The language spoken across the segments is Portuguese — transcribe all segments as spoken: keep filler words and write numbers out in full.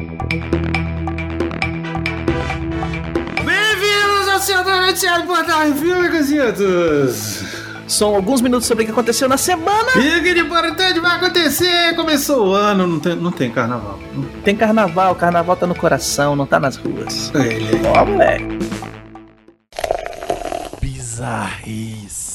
Bem-vindos ao seu noticiário Portal Refil, casitos! São alguns minutos sobre o que aconteceu na semana. E o que de importante vai acontecer? Começou o ano, não tem, não tem carnaval. Não. Tem carnaval, o carnaval tá no coração, não tá nas ruas. Ele. Ó, moleque. Bizarrice.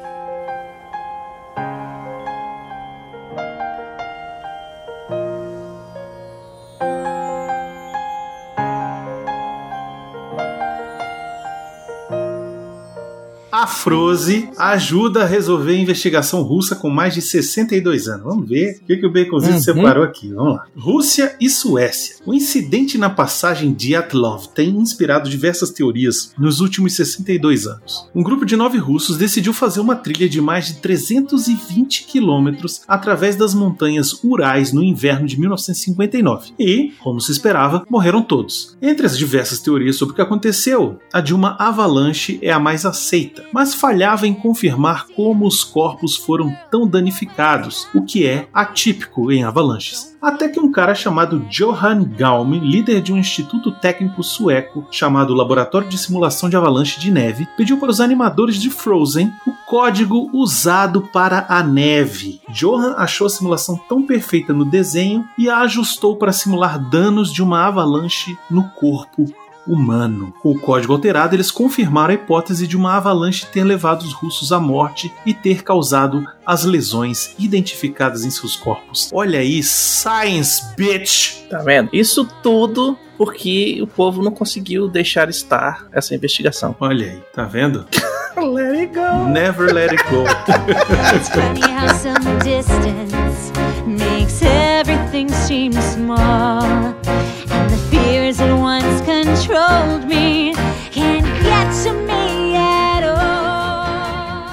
A Froze ajuda a resolver a investigação russa com mais de sessenta e dois anos. Vamos ver o que, que o Baconzito uhum. separou aqui. Vamos lá. Rússia e Suécia. O incidente na passagem Dyatlov tem inspirado diversas teorias nos últimos sessenta e dois anos. Um grupo de nove russos decidiu fazer uma trilha de mais de trezentos e vinte quilômetros através das montanhas Urais no inverno de mil novecentos e cinquenta e nove. E, como se esperava, morreram todos. Entre as diversas teorias sobre o que aconteceu, a de uma avalanche é a mais aceita, mas falhava em confirmar como os corpos foram tão danificados, o que é atípico em avalanches. Até que um cara chamado Johan Gaume, líder de um instituto técnico sueco chamado Laboratório de Simulação de Avalanche de Neve, pediu para os animadores de Frozen o código usado para a neve. Johan achou a simulação tão perfeita no desenho e a ajustou para simular danos de uma avalanche no corpo humano. Com o código alterado, eles confirmaram a hipótese de uma avalanche ter levado os russos à morte e ter causado as lesões identificadas em seus corpos. Olha aí, science, bitch! Tá vendo? Isso tudo porque o povo não conseguiu deixar estar essa investigação. Olha aí, tá vendo? Let it go! Never let it go! It's funny how some distance makes everything seem small. And the fears that once controlled me can't get to me at all.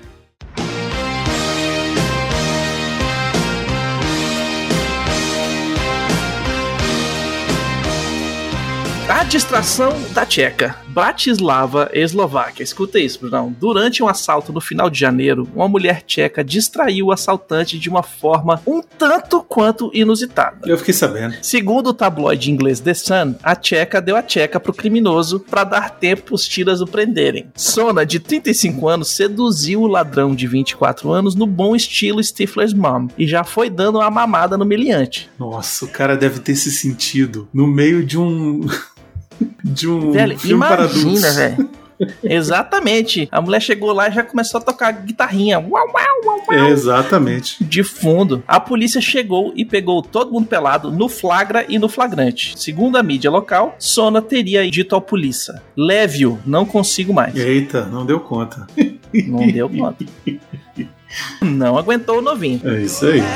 A distração da tcheca. Bratislava, Eslováquia. Escuta isso, Brunão. Durante um assalto no final de janeiro, uma mulher tcheca distraiu o assaltante de uma forma um tanto quanto inusitada. Eu fiquei sabendo. Segundo o tabloide inglês The Sun, a tcheca deu a tcheca pro criminoso para dar tempo pros tiras o prenderem. Sona, de trinta e cinco anos, seduziu o ladrão de vinte e quatro anos no bom estilo Stifler's Mom e já foi dando uma mamada no meliante. Nossa, o cara deve ter se sentido no meio de um... de um velho, filme para adultos. Imagina, velho. Exatamente. A mulher chegou lá e já começou a tocar guitarrinha. Uau, uau, uau, uau. Exatamente. De fundo. A polícia chegou e pegou todo mundo pelado no flagra e no flagrante. Segundo a mídia local, Sona teria dito à polícia: leve-o, não consigo mais. Eita, não deu conta. Não deu conta. Não aguentou o novinho. É isso aí.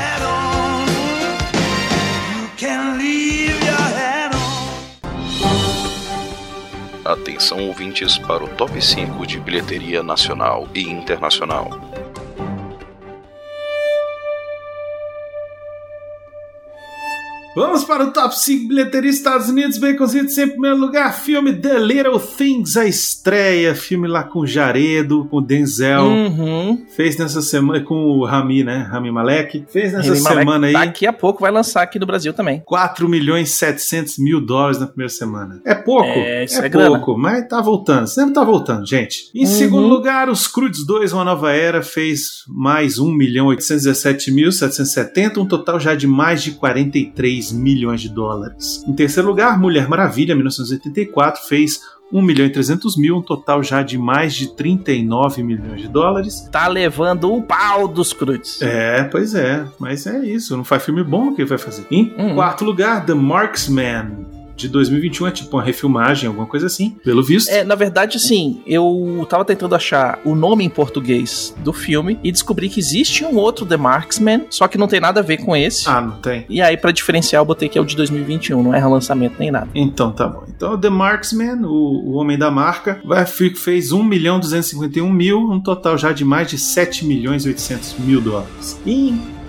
Atenção, ouvintes, para o top cinco de bilheteria nacional e internacional. Vamos para o top cinco bilheteria Estados Unidos, Baconzito, sempre em primeiro lugar, filme The Little Things, a estreia, filme lá com Jaredo, com Denzel, uhum. fez nessa semana, com o Rami, né, Rami Malek, fez nessa Rami semana Malek, aí, daqui a pouco vai lançar aqui no Brasil também. quatro milhões e setecentos mil dólares na primeira semana. É pouco, é, isso é, é pouco, grana. Mas tá voltando, sempre tá voltando, gente. Em uhum. segundo lugar, Os Croods dois, Uma Nova Era, fez mais um milhão oitocentos e dezessete mil setecentos e setenta, um total já de mais de quarenta e três milhões de dólares. Em terceiro lugar, Mulher Maravilha, mil novecentos e oitenta e quatro, fez um milhão e trezentos mil, um total já de mais de trinta e nove milhões de dólares. Tá levando um pau dos Croods. É, pois é, mas é isso, não faz filme bom, o que vai fazer? Em uhum. quarto lugar, The Marksman, de dois mil e vinte e um, é tipo uma refilmagem, alguma coisa assim, pelo visto. É, na verdade, sim, eu tava tentando achar o nome em português do filme e descobri que existe um outro The Marksman, só que não tem nada a ver com esse. Ah, não tem? E aí, pra diferenciar, eu botei que é o de dois mil e vinte e um, não é relançamento nem nada. Então, tá bom. Então, The Marksman, o, o Homem da Marca, vai, fez um milhão duzentos e cinquenta e um mil, um total já de mais de sete milhões e oitocentos mil dólares. E em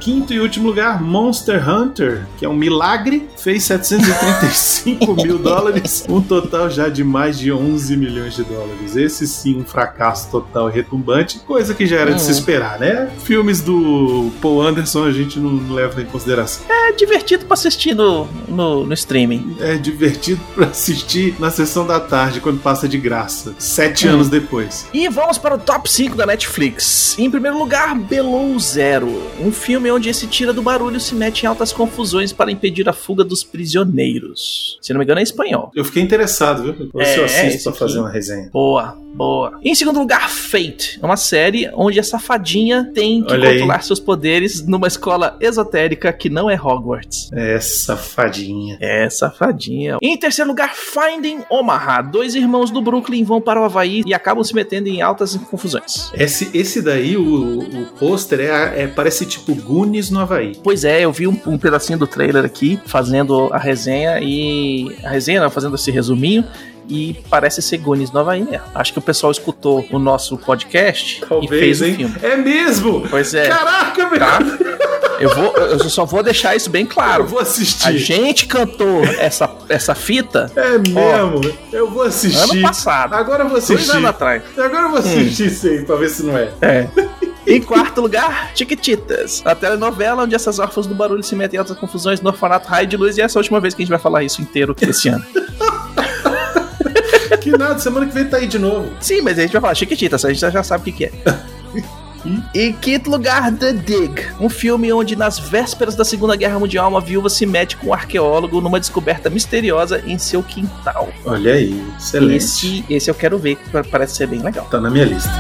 quinto e último lugar, Monster Hunter, que é um milagre, fez setecentos e trinta e cinco mil dólares, um total já de mais de onze milhões de dólares. Esse sim, um fracasso total e retumbante, coisa que já era uhum. de se esperar, né? Filmes do Paul Anderson a gente não leva em consideração. É divertido pra assistir no, no, no streaming. É divertido pra assistir na sessão da tarde, quando passa de graça, sete hum. anos depois. E vamos para o top cinco da Netflix. Em primeiro lugar, Below Zero, um filme onde esse tira do barulho se mete em altas confusões para impedir a fuga dos prisioneiros. Se não me engano é espanhol. Eu fiquei interessado, viu? Você é, assiste pra fazer uma resenha. Boa, boa. Em segundo lugar, Fate, uma série onde a safadinha tem que Olha controlar aí. seus poderes numa escola esotérica que não é Hogwarts. É, safadinha. É, safadinha. Em terceiro lugar, Finding Omaha. Dois irmãos do Brooklyn vão para o Havaí e acabam se metendo em altas confusões. Esse, esse daí, o, o pôster, é, é, parece tipo Goonies no Havaí. Pois é, eu vi um, um pedacinho do trailer aqui, fazendo a resenha e... A resenha, não, fazendo esse resuminho. E parece ser Goonies no Havaí mesmo. Acho que o pessoal escutou o nosso podcast Talvez, e fez hein? o filme. É mesmo? Pois é. Caraca, meu! Tá? Eu, vou, eu só vou deixar isso bem claro. Eu vou assistir. A gente cantou essa, essa fita. É mesmo? Ó, eu vou assistir. Ano passado. Agora eu vou assistir. Dois anos atrás. Agora eu vou assistir hum. isso aí, pra ver se não é. É. Em quarto lugar, Chiquititas, a telenovela onde essas órfãs do barulho se metem em altas confusões no orfanato Raio de Luz. E essa é a última vez que a gente vai falar isso inteiro esse ano. Que nada, semana que vem tá aí de novo. Sim, mas a gente vai falar Chiquititas, a gente já sabe o que, que é. Em quinto lugar, The Dig, um filme onde nas vésperas da Segunda Guerra Mundial uma viúva se mete com um arqueólogo numa descoberta misteriosa em seu quintal. Olha aí, excelente. Esse, esse eu quero ver, parece ser bem legal. Tá na minha lista.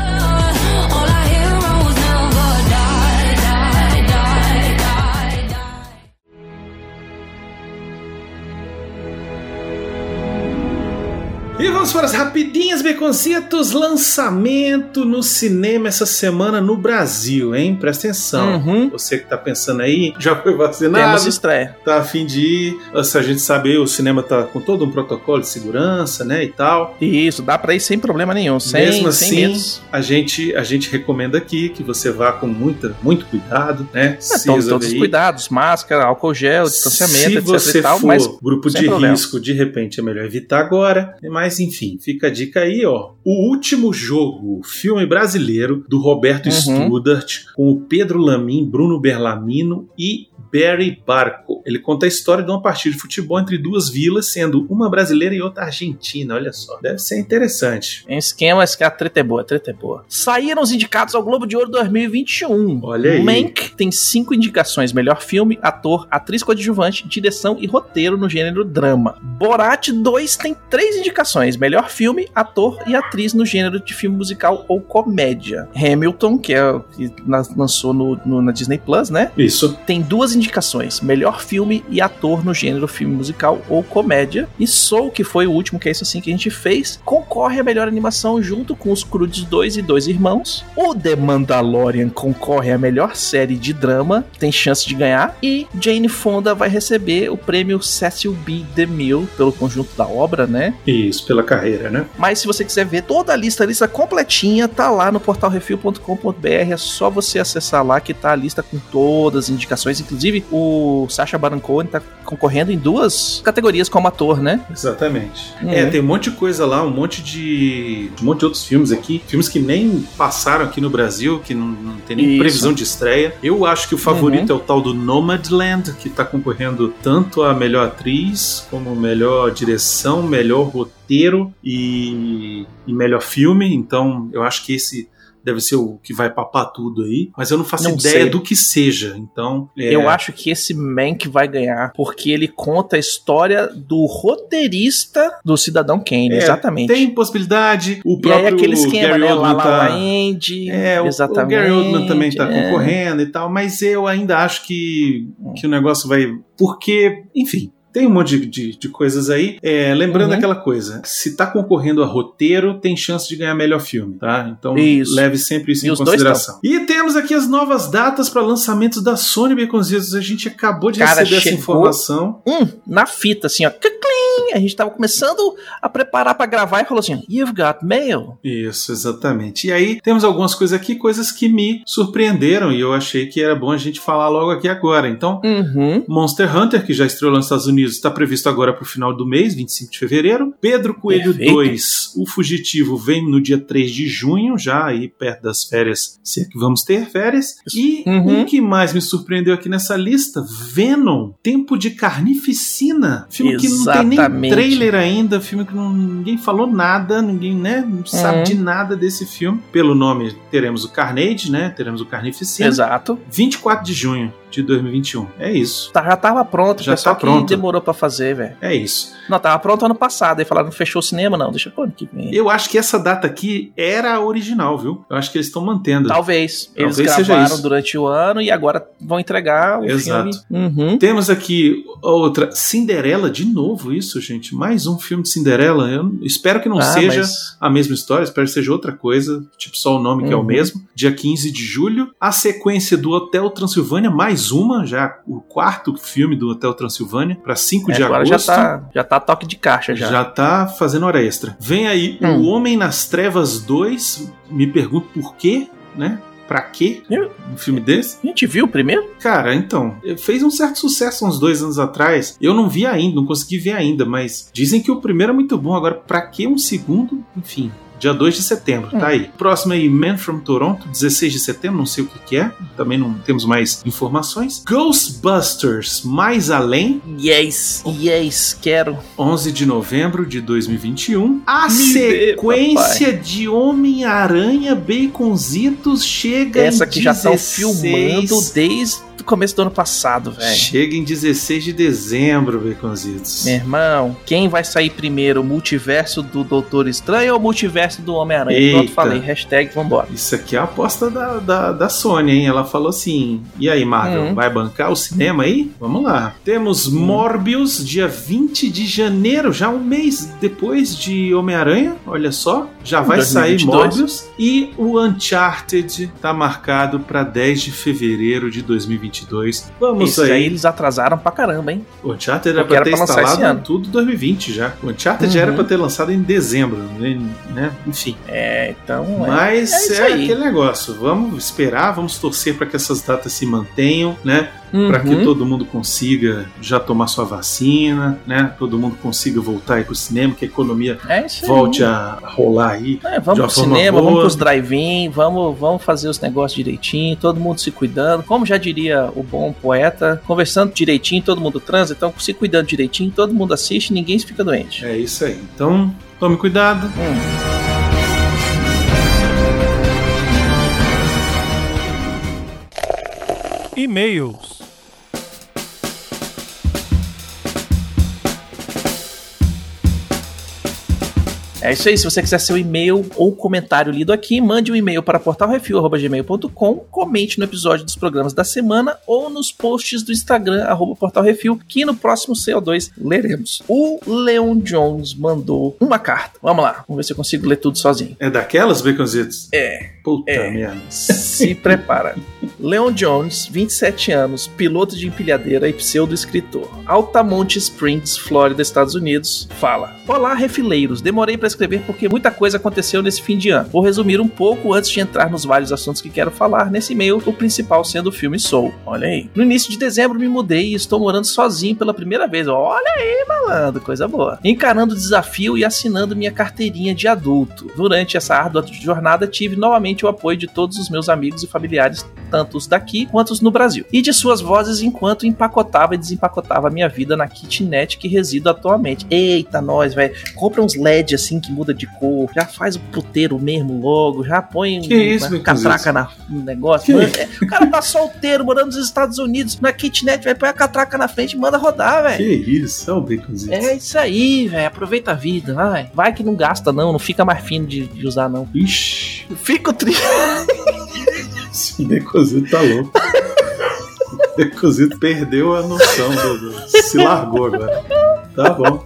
E vamos para as rapidinhas, Baconcitos. Lançamento no cinema essa semana no Brasil, hein? Presta atenção. Uhum. Você que tá pensando aí, já foi vacinado. Temos estreia. Tá a fim de ir. Se a gente sabe, o cinema tá com todo um protocolo de segurança, né? E tal. Isso, dá pra ir sem problema nenhum. Sem, Mesmo assim, sem medos. A gente, a gente recomenda aqui que você vá com muita, muito cuidado, né? É, se todos os cuidados, máscara, álcool gel, distanciamento, se etc você e tal, for mas grupo de problema. risco, de repente é melhor evitar agora. Mas enfim, fica a dica aí, ó. O Último Jogo, filme brasileiro do Roberto uhum. Studart, com o Pedro Lamin, Bruno Berlamino e Barry Barco. Ele conta a história de uma partida de futebol entre duas vilas, sendo uma brasileira e outra argentina. Olha só, deve ser interessante. Em esquemas que a treta é boa, a treta é boa. Saíram os indicados ao Globo de Ouro dois mil e vinte e um. Olha aí. Mank tem cinco indicações: melhor filme, ator, atriz coadjuvante, direção e roteiro no gênero drama. Borat dois tem três indicações: melhor filme, ator e atriz no gênero de filme musical ou comédia. Hamilton, que é o que lançou no, no, na Disney Plus, né? Isso. Tem duas indicações: melhor filme e ator no gênero filme musical ou comédia. E Soul, que foi o último, que é isso assim que a gente fez, concorre a melhor animação junto com Os Croods dois e Dois Irmãos. O The Mandalorian concorre a melhor série de drama, tem chance de ganhar. E Jane Fonda vai receber o prêmio Cecil B. DeMille pelo conjunto da obra, né? Isso, pela carreira, né? Mas se você quiser ver toda a lista, a lista completinha, tá lá no portal refil ponto com ponto b r. É só você acessar lá que tá a lista com todas as indicações. Inclusive, o Sacha Baron Cohen tá concorrendo em duas categorias como ator, né? Exatamente. Uhum. É, tem um monte de coisa lá, um monte de um monte de outros filmes aqui, filmes que nem passaram aqui no Brasil, que não, não tem nem Isso. previsão de estreia. Eu acho que o favorito uhum. é o tal do Nomadland, que tá concorrendo tanto a melhor atriz, como melhor direção, melhor roteiro e, e melhor filme. Então, eu acho que esse deve ser o que vai papar tudo aí, mas eu não faço não ideia sei. do que seja, então... É... Eu acho que esse Mank vai ganhar, porque ele conta a história do roteirista do Cidadão Kane, é, exatamente. Tem possibilidade, o e próprio aí aquele esquema, Gary né, Oldman La tá... La Land, é, exatamente. O Gary Oldman também tá é. concorrendo e tal, mas eu ainda acho que, que o negócio vai... Porque, enfim... tem um monte de, de, de coisas aí. É, lembrando uhum. aquela coisa, se tá concorrendo a roteiro, tem chance de ganhar melhor filme, tá? Então isso. leve sempre isso e em consideração. E temos aqui as novas datas para lançamentos da Sony, Baconzitos. A gente acabou de Cara, receber essa informação. Hum, na fita, assim, ó. A gente tava começando a preparar pra gravar e falou assim, you've got mail. Isso, exatamente. E aí, temos algumas coisas aqui, coisas que me surpreenderam e eu achei que era bom a gente falar logo aqui agora. Então, uhum. Monster Hunter, que já estreou lá nos Estados Unidos, está previsto agora pro final do mês, vinte e cinco de fevereiro. Pedro Coelho Perfeito. dois, O Fugitivo, vem no dia três de junho, já aí perto das férias, se é que vamos ter férias. E uhum. o que mais me surpreendeu aqui nessa lista, Venom, Tempo de Carnificina. Filme Exatamente. que não tem nem trailer ainda, filme que não, ninguém falou nada, ninguém, né, não sabe uhum. de nada desse filme. Pelo nome, teremos o Carnage, né, teremos o Carnificina. Exato. vinte e quatro de junho de dois mil e vinte e um. É isso. Tá, já tava pronto, já pessoal tá pronto. Que demorou pra fazer, velho. É isso. Não, tava pronto ano passado, aí falaram, não fechou o cinema, não, deixa pro ano que vem. Eu acho que essa data aqui era a original, viu? Eu acho que eles estão mantendo. Talvez. Eles Talvez gravaram durante o ano e agora vão entregar o Exato. filme. Uhum. Temos aqui outra, Cinderela, de novo isso, gente. Mais um filme de Cinderela. Eu espero que não ah, seja mas... a mesma história, espero que seja outra coisa, tipo só o nome uhum. que é o mesmo. Dia quinze de julho. A sequência do Hotel Transilvânia, mais uma, já o quarto filme do Hotel Transilvânia, para cinco é, de agora agosto. Já tá, já tá toque de caixa já. Já tá fazendo hora extra. Vem aí hum. O Homem nas Trevas dois, me pergunto por quê, né? Pra quê Eu... um filme desse? A gente viu o primeiro? Cara, então, fez um certo sucesso uns dois anos atrás. Eu não vi ainda, não consegui ver ainda, mas dizem que o primeiro é muito bom. Agora, pra que um segundo? Enfim... Dia dois de setembro, hum. tá aí. Próximo aí, Man from Toronto, dezesseis de setembro, não sei o que que é. Também não temos mais informações. Ghostbusters, Mais Além. Yes, yes, quero. onze de novembro de dois mil e vinte e um. A Me sequência dê, de Homem-Aranha Baconzitos chega Essa em que já estão dezesseis... filmando desde o começo do ano passado, velho. Chega em dezesseis de dezembro, Baconzitos. Meu irmão, quem vai sair primeiro, o multiverso do Doutor Estranho ou o multiverso do Homem-Aranha? Pronto, falei, hashtag vambora. Isso aqui é a aposta da, da, da Sony, hein? Ela falou assim, e aí, Marvel, hum. vai bancar o cinema aí? Vamos lá. Temos hum. Morbius, dia vinte de janeiro, já um mês depois de Homem-Aranha, olha só, já vai dois mil e vinte e dois. Sair Morbius. E o Uncharted tá marcado para dez de fevereiro de dois mil e vinte e dois. Vamos Esse aí. aí eles atrasaram pra caramba, hein? O Uncharted era pra era ter pra instalado tudo em dois mil e vinte já. O Uncharted uhum. já era pra ter lançado em dezembro, né? Enfim. É, então... Mas é, é, é aquele negócio. Vamos esperar, vamos torcer pra que essas datas se mantenham, né? Uhum. Para que todo mundo consiga já tomar sua vacina, né? Todo mundo consiga voltar aí pro cinema, que a economia é volte a rolar aí. É, vamos pro cinema, boa. Vamos pros drive-in, vamos, vamos fazer os negócios direitinho, todo mundo se cuidando. Como já diria o bom poeta, conversando direitinho, todo mundo transa, então se cuidando direitinho, todo mundo assiste, ninguém fica doente. É isso aí. Então, tome cuidado. Hum. E-mails. É isso aí, se você quiser seu e-mail ou comentário lido aqui, mande um e-mail para portal refil arroba gmail ponto com, comente no episódio dos programas da semana ou nos posts do Instagram, arroba portalrefil, que no próximo C O dois leremos. O Leon Jones mandou uma carta. Vamos lá, vamos ver se eu consigo ler tudo sozinho. É daquelas, Baconzitos? É. Puta é. merda. Se prepara. Leon Jones, vinte e sete anos, piloto de empilhadeira e pseudo-escritor. Altamonte Springs, Flórida, Estados Unidos, fala: Olá, refileiros. Demorei para escrever porque muita coisa aconteceu nesse fim de ano. Vou resumir um pouco antes de entrar nos vários assuntos que quero falar nesse e-mail, o principal sendo o filme Soul. Olha aí. No início de dezembro me mudei e estou morando sozinho pela primeira vez. Olha aí, malandro, coisa boa. Encarando o desafio e assinando minha carteirinha de adulto. Durante essa árdua jornada tive novamente o apoio de todos os meus amigos e familiares, tanto os daqui quanto os no Brasil, e de suas vozes enquanto empacotava e desempacotava a minha vida na kitnet que resido atualmente. Eita, nós, velho. Compra uns L E D assim que muda de cor, já faz o puteiro mesmo logo, já põe que um, isso, uma catraca na, no negócio. Mano, é, o cara tá solteiro, morando nos Estados Unidos, na kitnet, vai põe a catraca na frente e manda rodar, velho. Que isso, é o Baconzitos. É isso aí, velho. Aproveita a vida, vai. Vai que não gasta, não, não fica mais fino de, de usar, não. Ixi. Fico triste. Esse Baconzitos tá louco. Inclusive perdeu a noção do, do... se largou agora. Tá bom.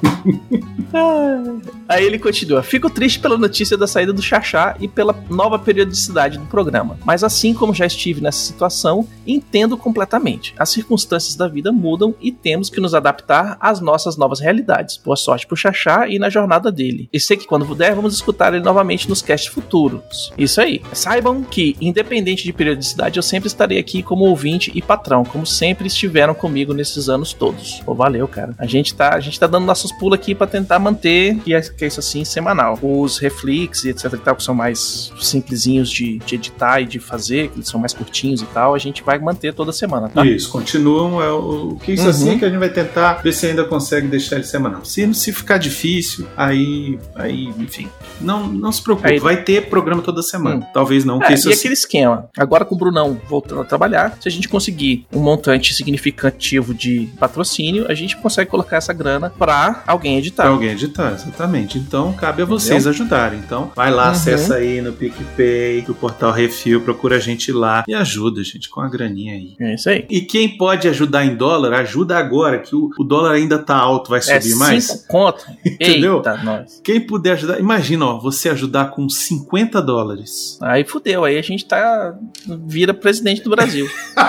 Aí ele continua: fico triste pela notícia da saída do Xaxá e pela nova periodicidade do programa, mas assim como já estive nessa situação, entendo completamente. As circunstâncias da vida mudam e temos que nos adaptar às nossas novas realidades. Boa sorte pro Xaxá e na jornada dele. E sei que quando puder vamos escutar ele novamente nos casts futuros. Isso aí. Saibam que, independente de periodicidade, eu sempre estarei aqui como ouvinte e patrão, como sempre estiveram comigo nesses anos todos. Pô, valeu, cara. A gente tá, a gente tá dando nossos pulos aqui pra tentar manter, que é, que é isso assim, semanal. Os reflex e etc e tal, que são mais simplesinhos de, de editar e de fazer, que eles são mais curtinhos e tal, a gente vai manter toda semana, tá? Isso, continuam. É o que isso uhum. assim que a gente vai tentar ver se ainda consegue deixar ele semanal. Se, se ficar difícil, aí, aí enfim, não, não se preocupe. Aí, vai ter programa toda semana. Hum. Talvez não. É, que isso e assim... aquele esquema. Agora com o Brunão voltando a trabalhar, se a gente conseguir um montante significativo de patrocínio, a gente consegue colocar essa grana pra alguém editar. Pra alguém editar, exatamente. Então, cabe a vocês Entendeu? ajudarem. Então, vai lá, uhum. acessa aí no PicPay, do Portal Refil, procura a gente lá e ajuda, gente, com a graninha aí. É isso aí. E quem pode ajudar em dólar, ajuda agora, que o, o dólar ainda tá alto, vai subir é mais. cinco conto. Entendeu? Eita, nós. Quem puder ajudar, imagina, ó, você ajudar com cinquenta dólares. Aí fudeu, aí a gente tá vira presidente do Brasil.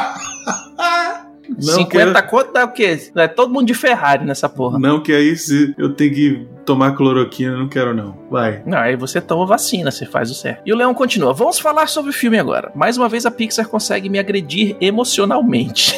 Não, cinquenta conto dá o quê? É todo mundo de Ferrari nessa porra. Não, que aí se eu tenho que tomar cloroquina, não quero não. Vai. Não, aí você toma vacina, você faz o certo. E o Leão continua: vamos falar sobre o filme agora. Mais uma vez a Pixar consegue me agredir emocionalmente.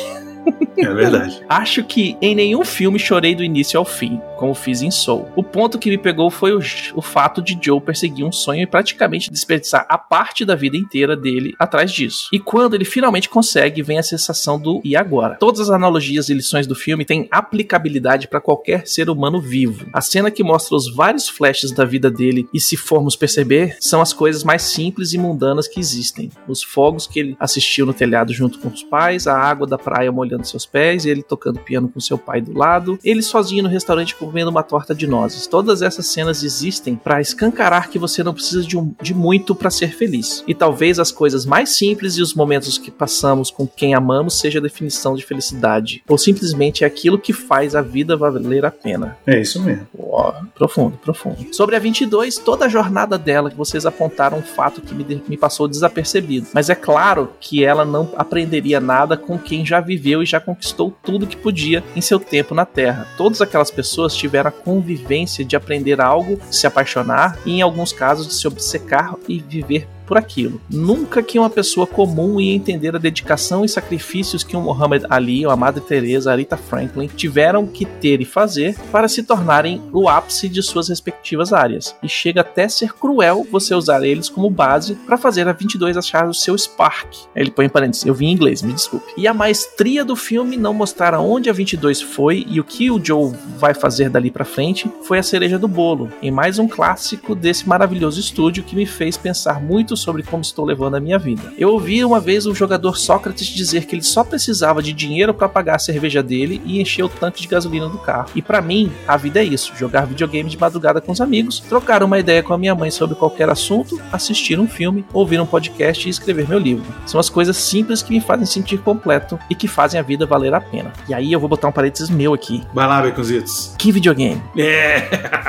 É verdade. Acho que em nenhum filme chorei do início ao fim, como fiz em Soul. O ponto que me pegou foi o, o fato de Joe perseguir um sonho e praticamente desperdiçar a parte da vida inteira dele atrás disso. E quando ele finalmente consegue, vem a sensação do e agora? Todas as analogias e lições do filme têm aplicabilidade para qualquer ser humano vivo. A cena que mostra os vários flashes da vida dele, e se formos perceber, são as coisas mais simples e mundanas que existem. Os fogos que ele assistiu no telhado junto com os pais, a água da praia molhando seus pés, ele tocando piano com seu pai do lado, ele sozinho no restaurante comendo uma torta de nozes. Todas essas cenas existem para escancarar que você não precisa de, um, de muito para ser feliz. E talvez as coisas mais simples e os momentos que passamos com quem amamos seja a definição de felicidade. Ou simplesmente é aquilo que faz a vida valer a pena. É isso mesmo. Uou, profundo, profundo. Sobre a vinte e dois, toda a jornada dela, que vocês apontaram um fato que me, me passou desapercebido. Mas é claro que ela não aprenderia nada com quem já viveu e já conquistou tudo que podia em seu tempo na Terra. Todas aquelas pessoas tiveram a convivência de aprender algo, se apaixonar e, em alguns casos, de se obcecar e viver por aquilo. Nunca que uma pessoa comum ia entender a dedicação e sacrifícios que o Muhammad Ali, a Madre Teresa, a Aretha Franklin tiveram que ter e fazer para se tornarem o ápice de suas respectivas áreas. E chega até ser cruel você usar eles como base para fazer a vinte e dois achar o seu spark. Ele põe em parênteses, eu vi em inglês, me desculpe. E a maestria do filme não mostrar aonde a vinte e dois foi e o que o Joe vai fazer dali pra frente foi a cereja do bolo, em mais um clássico desse maravilhoso estúdio que me fez pensar muito sobre como estou levando a minha vida. Eu ouvi uma vez o jogador Sócrates dizer que ele só precisava de dinheiro para pagar a cerveja dele e encher o tanque de gasolina do carro. E para mim, a vida é isso: jogar videogame de madrugada com os amigos, trocar uma ideia com a minha mãe sobre qualquer assunto, assistir um filme, ouvir um podcast e escrever meu livro. São as coisas simples que me fazem sentir completo e que fazem a vida valer a pena. E aí eu vou botar um parênteses meu aqui. Vai lá, Baconzitos. Que videogame? É.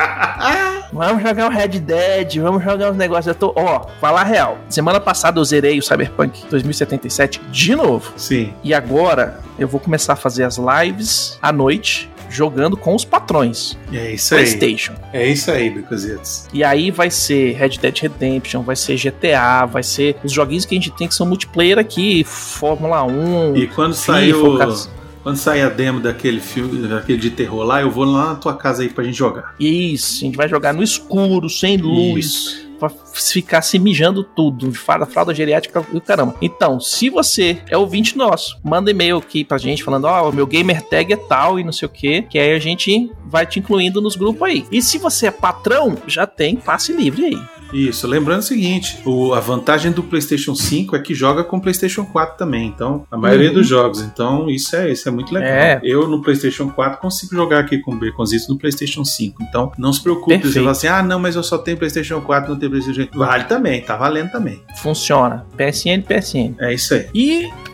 Vamos jogar um Red Dead, vamos jogar uns negócios. Eu tô, ó, falar real. Semana passada eu zerei o Cyberpunk dois mil e setenta e sete de novo. Sim. E agora eu vou começar a fazer as lives à noite, jogando com os patrões. É isso PlayStation. aí. É isso aí, Baconzitos. E aí vai ser Red Dead Redemption, vai ser G T A, vai ser os joguinhos que a gente tem que são multiplayer aqui, Fórmula um. E quando saiu... Quando sair a demo daquele filme, daquele de terror lá, eu vou lá na tua casa aí pra gente jogar. Isso, a gente vai jogar no escuro, sem luz. Isso. Pra ficar se mijando tudo, de fralda, fralda geriátrica e caramba. Então, se você é ouvinte nosso, manda e-mail aqui pra gente falando, ó, oh, o meu gamer tag é tal e não sei o que, que aí a gente vai te incluindo nos grupos aí. E se você é patrão, já tem passe livre aí. Isso, lembrando o seguinte, o, a vantagem do PlayStation cinco é que joga com o PlayStation quatro também, então, a maioria uhum. dos jogos, então isso é, isso é muito legal. É. Eu no PlayStation quatro consigo jogar aqui com o Baconzitos no PlayStation cinco, então não se preocupe, Perfeito. Você fala assim, ah não, mas eu só tenho PlayStation quatro, não tenho PlayStation cinco, vale também, tá valendo também. Funciona, P S N, P S N. É isso aí. E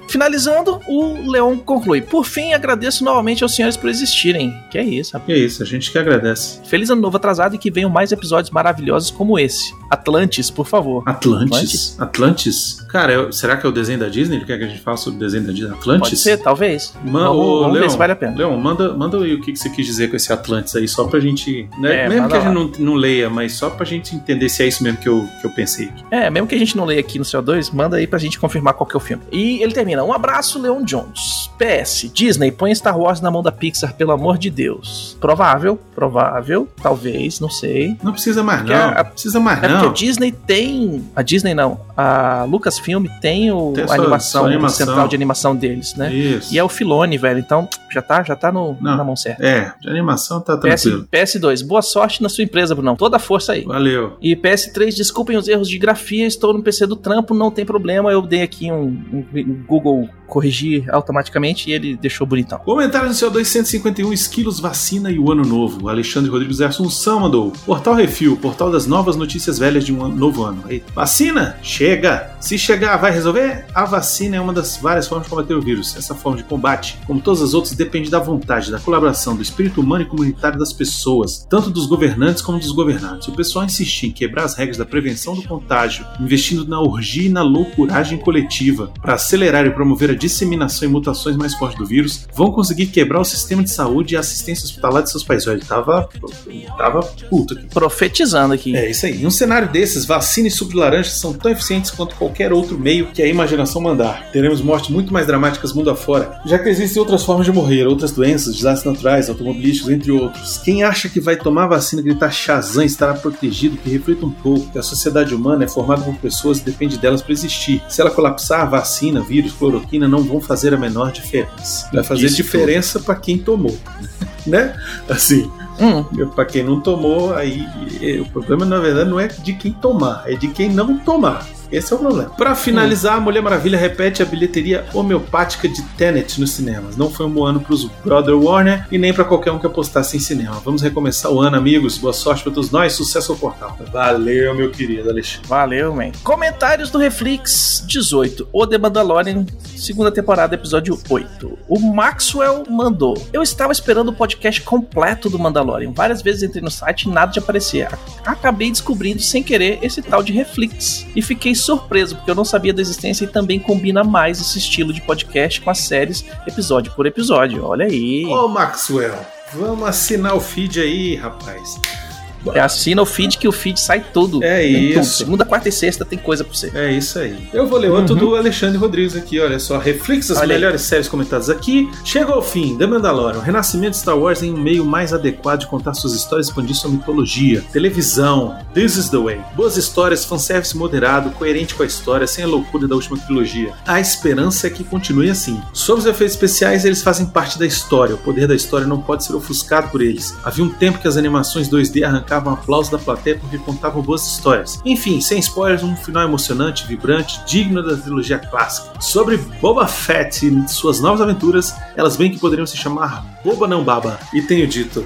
Finalizando, o Leon conclui. Por fim, agradeço novamente aos senhores por existirem. Que é isso, rapaz. Que é isso, a gente que agradece. Feliz ano novo atrasado e que venham mais episódios maravilhosos como esse. Atlantis, por favor. Atlantis? Atlantis? Atlantis? Cara, eu, será que é o desenho da Disney? Ele quer que a gente fale sobre o desenho da Disney? Atlantis? Pode ser, talvez. Man, vamos ô, vamos Leon, ver se vale a pena. Leon, manda, manda aí o que você quis dizer com esse Atlantis aí, só pra gente... Né? É, mesmo que a lá. gente não, não leia, mas só pra gente entender se é isso mesmo que eu, que eu pensei aqui. É, mesmo que a gente não leia aqui no C O dois, manda aí pra gente confirmar qual que é o filme. E ele termina. Um abraço, Leon Jones. P S. Disney, põe Star Wars na mão da Pixar, pelo amor de Deus. Provável, provável, talvez, não sei. Não precisa mais Porque não, a- precisa mais É não. porque a Disney tem... A Disney não. A Lucasfilm tem, o, Tem a a sua- animação, sua o animação. central de animação deles, né? Isso. E é o Filoni, velho. Então, já tá, já tá no, Não. na mão certa. É, de animação tá P S, tranquilo. P S dois, boa sorte na sua empresa, Brunão. Toda a força aí. Valeu. E P S três, desculpem os erros de grafia, estou no P C do trampo, não tem problema. Eu dei aqui um, um- um Google corrigir automaticamente e ele deixou bonitão. Comentário no C O dois cento e cinquenta e um, esquilos, vacina e o ano novo. Alexandre Rodrigues Assunção mandou. Portal Refil, portal das novas notícias velhas de um ano- novo ano. Ei, vacina? Chega! Se chegar, vai resolver? A vacina é uma das várias formas de combater o vírus. Essa forma de combate, como todas as outras, depende da vontade, da colaboração, do espírito humano e comunitário das pessoas, tanto dos governantes como dos governados. Se o pessoal insistir em quebrar as regras da prevenção do contágio, investindo na orgia e na loucuragem coletiva para acelerar e promover a disseminação e mutações mais fortes do vírus, vão conseguir quebrar o sistema de saúde e a assistência hospitalar de seus países. Ele tava, tava puto aqui. Profetizando aqui. É isso aí. Em um cenário desses, vacina e suco de laranja são tão eficientes quanto qualquer outro meio que a imaginação mandar. Teremos mortes muito mais dramáticas mundo afora, já que existem outras formas de morrer, outras doenças, desastres naturais, automobilísticos, entre outros. Quem acha que vai tomar vacina e gritar Shazam estará protegido, que reflita um pouco que a sociedade humana é formada por pessoas e depende delas para existir. Se ela colapsar, vacina, vírus, cloroquina não vão fazer a menor diferença. Vai fazer Isso diferença para quem tomou, né? Assim, Hum, para quem não tomou, aí o problema na verdade não é de quem tomar, é de quem não tomar. Esse é o problema. Pra finalizar, a Mulher Maravilha repete a bilheteria homeopática de Tenet nos cinemas. Não foi um bom ano pros Brother Warner e nem pra qualquer um que apostasse em cinema. Vamos recomeçar o ano, amigos. Boa sorte pra todos nós. Sucesso ao portal. Valeu, meu querido Alexandre. valeu, man. Comentários do Reflex dezoito. O The Mandalorian, segunda temporada, episódio oito. O Maxwell mandou. Eu estava esperando o podcast completo do Mandalorian. Várias vezes entrei no site e nada de aparecer. Acabei descobrindo sem querer esse tal de Reflex. E fiquei surpreso, porque eu não sabia da existência e também combina mais esse estilo de podcast com as séries, episódio por episódio. Olha aí. Ô, Maxwell, vamos assinar o feed aí, rapaz. É, assina o feed que o feed sai tudo. É Tem tudo. isso. Segunda, quarta e sexta tem coisa pra você. É isso aí. Eu vou ler outro Uhum. do Alexandre Rodrigues aqui, olha só. Reflexos, as Olha aí. melhores séries comentadas aqui. Chegou ao fim, The Mandalorian, o renascimento de Star Wars em um meio mais adequado de contar suas histórias e expandir sua mitologia. Televisão, This is the Way. Boas histórias, fanservice moderado, coerente com a história, sem a loucura da última trilogia. A esperança é que continue assim. Sobre os efeitos especiais, eles fazem parte da história. O poder da história não pode ser ofuscado por eles. Havia um tempo que as animações dois D arrancavam aplausos da plateia porque contavam boas histórias. Enfim, sem spoilers, um final emocionante, vibrante, digno da trilogia clássica. Sobre Boba Fett e suas novas aventuras, elas bem que poderiam se chamar Boba Não Baba. E tenho dito.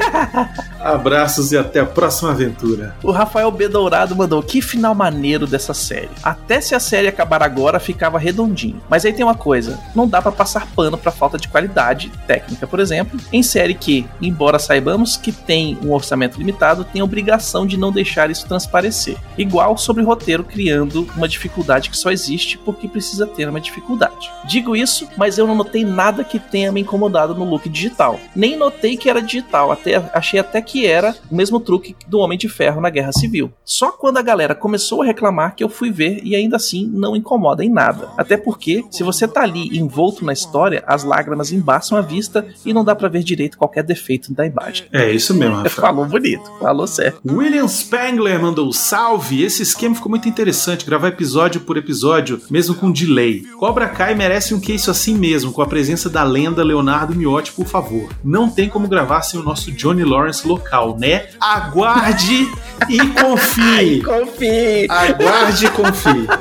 Abraços e até a próxima aventura. O Rafael B. Dourado mandou, que final maneiro dessa série. Até se a série acabar agora, ficava redondinho. Mas aí tem uma coisa, não dá pra passar pano pra falta de qualidade técnica, por exemplo, em série que, embora saibamos que tem um orçamento limitado, tem a obrigação de não deixar isso transparecer. Igual sobre roteiro criando uma dificuldade que só existe porque precisa ter uma dificuldade. Digo isso, mas eu não notei nada que tenha me incomodado no look digital. Nem notei que era digital, até, achei até que era o mesmo truque do Homem de Ferro na Guerra Civil. Só quando a galera começou a reclamar que eu fui ver e ainda assim não incomoda em nada. Até porque, se você tá ali envolto na história, as lágrimas embaçam a vista e não dá pra ver direito qualquer defeito da imagem. É isso mesmo, Rafael. Falou bonito, falou certo. William Spangler mandou salve. Esse esquema ficou muito interessante, gravar episódio por episódio, mesmo com delay. Cobra Kai merece um case assim mesmo, com a presença da lenda Leonardo Miotti, por favor. Não tem como gravar sem o nosso Johnny Lawrence local, né? Aguarde e confie. Confie. Aguarde e confie.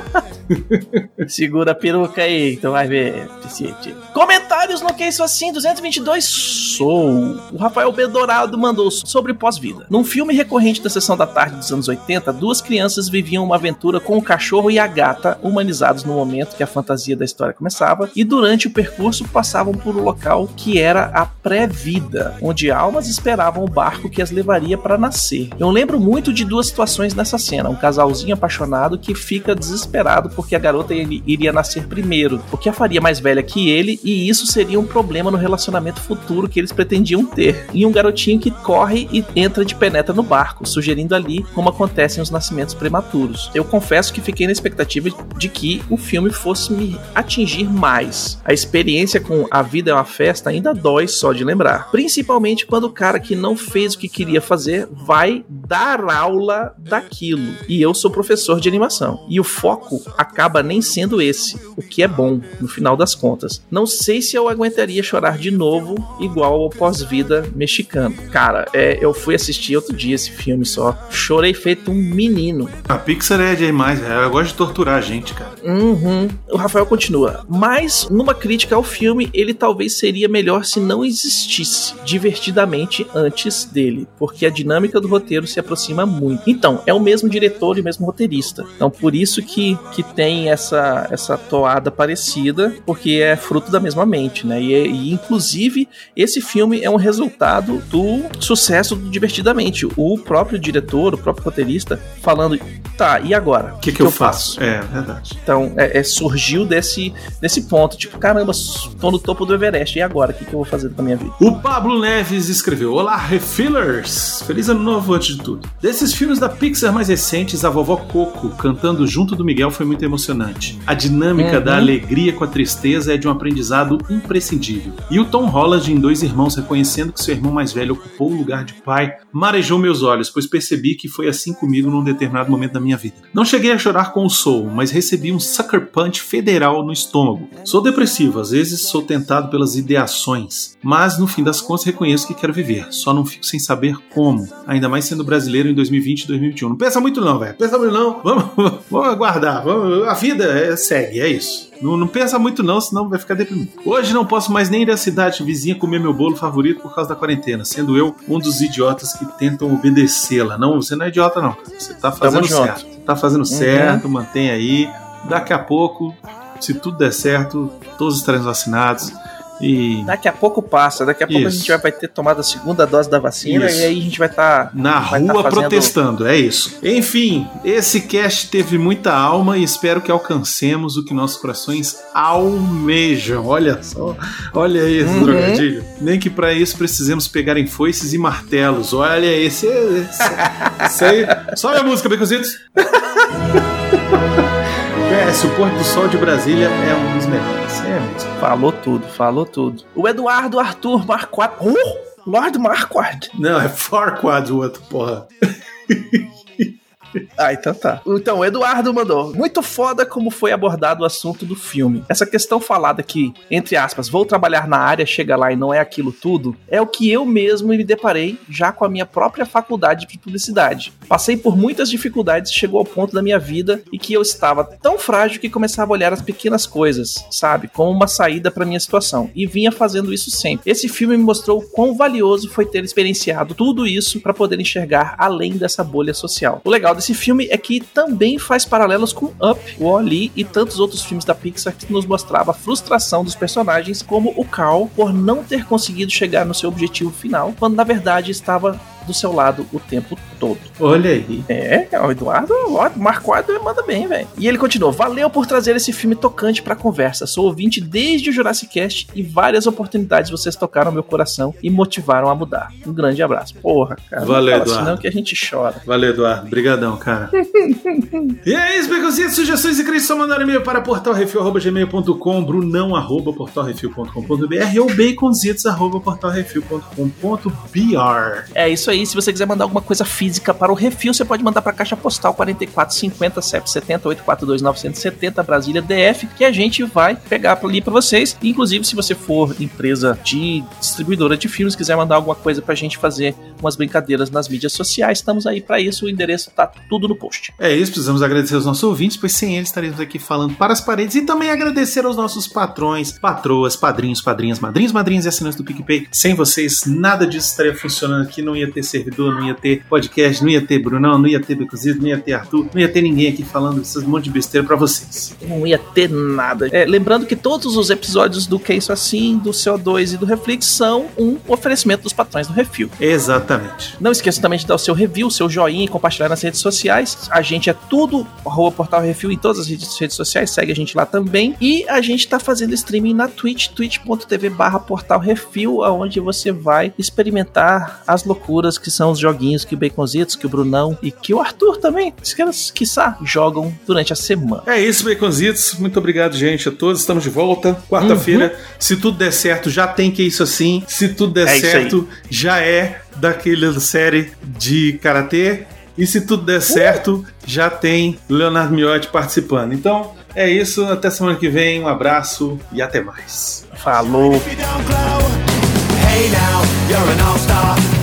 Segura a peruca aí, então vai ver. Comentários no Que Isso Assim, duzentos e vinte e dois, sou. O Rafael B. Dourado mandou sobre pós-vida. Num filme recorrente da Sessão da Tarde dos anos oitenta, duas crianças viviam uma aventura com o cachorro e a gata, humanizados no momento que a fantasia da história começava, e durante o percurso passavam por um local que era a pré-vida, onde almas esperavam o barco que as levaria para nascer. Eu lembro muito de duas situações nessa cena. Um casalzinho apaixonado que fica desesperado porque a garota iria nascer primeiro, porque a faria mais velha que ele, e isso seria um problema no relacionamento futuro que eles pretendiam ter. E um garotinho que corre e entra de penetra no barco, sugerindo ali como acontecem os nascimentos prematuros. Eu confesso que fiquei na expectativa de que o filme fosse me atingir mais. A experiência com A Vida é uma Festa ainda dói só de lembrar. Principalmente quando o cara que não fez o que queria fazer vai dar aula daquilo. E eu sou professor de animação. E o foco acaba nem sendo esse, o que é bom, no final das contas. Não sei se eu aguentaria chorar de novo, igual ao Pós-Vida mexicano. Cara, é, eu fui assistir outro dia esse filme só. Chorei feito um menino. A Pixar é demais, ela gosta de torturar a gente, cara. Uhum. O Rafael continua. Mas, numa crítica ao filme, ele talvez seria melhor se não existisse divertidamente antes dele, porque a dinâmica do roteiro se aproxima muito. Então, é o mesmo diretor e o mesmo roteirista. Então, por isso que, que tem essa, essa toada parecida, porque é fruto da mesma mente, né? E, e, inclusive, esse filme é um resultado do sucesso do Divertidamente. O próprio diretor, o próprio roteirista, falando, tá, e agora? O que, que, que eu, eu faço? faço? É, verdade. Então, é, é, surgiu desse, desse ponto, tipo, caramba, tô no topo do Everest, e agora? O que, que eu vou fazer da minha vida? O Pablo Neves escreveu, olá, refillers! Feliz ano novo antes de tudo. Desses filmes da Pixar mais recentes, a vovó Coco cantando junto do Miguel foi muito emocionante. A dinâmica uhum. da alegria com a tristeza é de um aprendizado imprescindível. E o Tom Holland em Dois Irmãos, reconhecendo que seu irmão mais velho ocupou o lugar de pai, marejou meus olhos, pois percebi que foi assim comigo num determinado momento da minha vida. Não cheguei a chorar com o Soul, mas recebi um sucker punch federal no estômago. Sou depressivo, às vezes sou tentado pelas ideações, mas no fim das contas reconheço que quero viver, só não fico sem saber como, ainda mais sendo brasileiro em dois mil e vinte e dois mil e vinte e um. Não pensa muito não, velho, pensa muito não, vamos, vamos aguardar, vamos, a vida é, segue, é isso. Não, não pensa muito não, senão vai ficar deprimido. Hoje não posso mais nem ir à cidade vizinha comer meu bolo favorito por causa da quarentena, sendo eu um dos idiotas que tentam obedecê-la. Não, você não é idiota não, você tá fazendo Tamo certo. junto. Tá fazendo uhum. certo, mantém aí. Daqui a pouco, se tudo der certo, todos estaremos vacinados. E... Daqui a pouco passa, daqui a pouco isso. A gente vai ter tomado a segunda dose da vacina isso. E aí a gente vai estar... Tá, na vai rua tá fazendo... protestando, é isso. Enfim, esse cast teve muita alma e espero que alcancemos o que nossos corações almejam. Olha só, olha esse uhum. trocadilho. Nem que para isso precisemos pegar em foices e martelos. Olha esse... esse, esse aí. Sobe a música, Becositos. É, se o pôr do sol de Brasília é um dos melhores. É mesmo. Falou tudo, falou tudo. O Eduardo Arthur Marquardt. Uh, Lord Marquardt. Não, é Farquaad o outro, porra. Ah, então tá. Então, o Eduardo mandou. Muito foda como foi abordado o assunto do filme. Essa questão falada que, entre aspas, vou trabalhar na área, chega lá e não é aquilo tudo, é o que eu mesmo me deparei já com a minha própria faculdade de publicidade. Passei por muitas dificuldades e chegou ao ponto da minha vida e que eu estava tão frágil que começava a olhar as pequenas coisas, sabe, como uma saída pra minha situação. E vinha fazendo isso sempre. Esse filme me mostrou o quão valioso foi ter experienciado tudo isso pra poder enxergar além dessa bolha social. O legal desse Esse filme é que também faz paralelos com Up, Wall-E e tantos outros filmes da Pixar que nos mostrava a frustração dos personagens, como o Carl por não ter conseguido chegar no seu objetivo final, quando na verdade estava do seu lado o tempo todo. Olha aí. É, o Eduardo, ó, Marquardt manda bem, velho. E ele continuou, valeu por trazer esse filme tocante pra conversa. Sou ouvinte desde o Jurassic Cast e várias oportunidades vocês tocaram meu coração e motivaram a mudar. Um grande abraço. Porra, cara. Valeu, Eduardo. Senão que a gente chora. Valeu, Eduardo. Brigadão, cara. E é isso, Becositos. Sugestões e críticas só mandar e-mail para portal refil arroba gmail ponto com, brunão arroba portal refil ponto com ponto b r ou baconzitos arroba portal refil ponto com ponto b r. É isso aí. aí. Se você quiser mandar alguma coisa física para o Refil, você pode mandar para a Caixa Postal quarenta e quatro cinquenta, C E P setenta, oito quatro dois, nove sete zero, Brasília, D F, que a gente vai pegar ali para vocês. Inclusive, se você for empresa de distribuidora de filmes, quiser mandar alguma coisa pra gente fazer umas brincadeiras nas mídias sociais, estamos aí para isso. O endereço tá tudo no post. É isso, precisamos agradecer aos nossos ouvintes, pois sem eles estaremos aqui falando para as paredes, e também agradecer aos nossos patrões, patroas, padrinhos, padrinhas, madrinhos, madrinhas e assinantes do PicPay. Sem vocês, nada disso estaria funcionando aqui, não ia ter servidor, não ia ter podcast, não ia ter Brunão, não ia ter Becozido, não ia ter Arthur, não ia ter ninguém aqui falando esses monte de besteira pra vocês. Não ia ter nada. É, lembrando que todos os episódios do Que Isso Assim, do C O dois e do Reflex são um oferecimento dos patrões do Refil. Exatamente. Não esqueça também de dar o seu review, o seu joinha e compartilhar nas redes sociais. A gente é tudo, arroba Portal Refil em todas as redes, redes sociais, segue a gente lá também. E a gente tá fazendo streaming na Twitch, twitch ponto tv barra Portal Refil, onde você vai experimentar as loucuras que são os joguinhos que o Baconzitos, que o Brunão e que o Arthur também, quiçá, jogam durante a semana. É isso, Baconzitos. Muito obrigado, gente, a todos. Estamos de volta. Quarta-feira, uhum. Se tudo der certo, já tem Que Isso Assim. Se tudo der é certo, já é daquela série de karatê. E se tudo der certo, uh! já tem Leonardo Miotti participando. Então, é isso. Até semana que vem. Um abraço e até mais. Falou! Hey now, you're an all-star.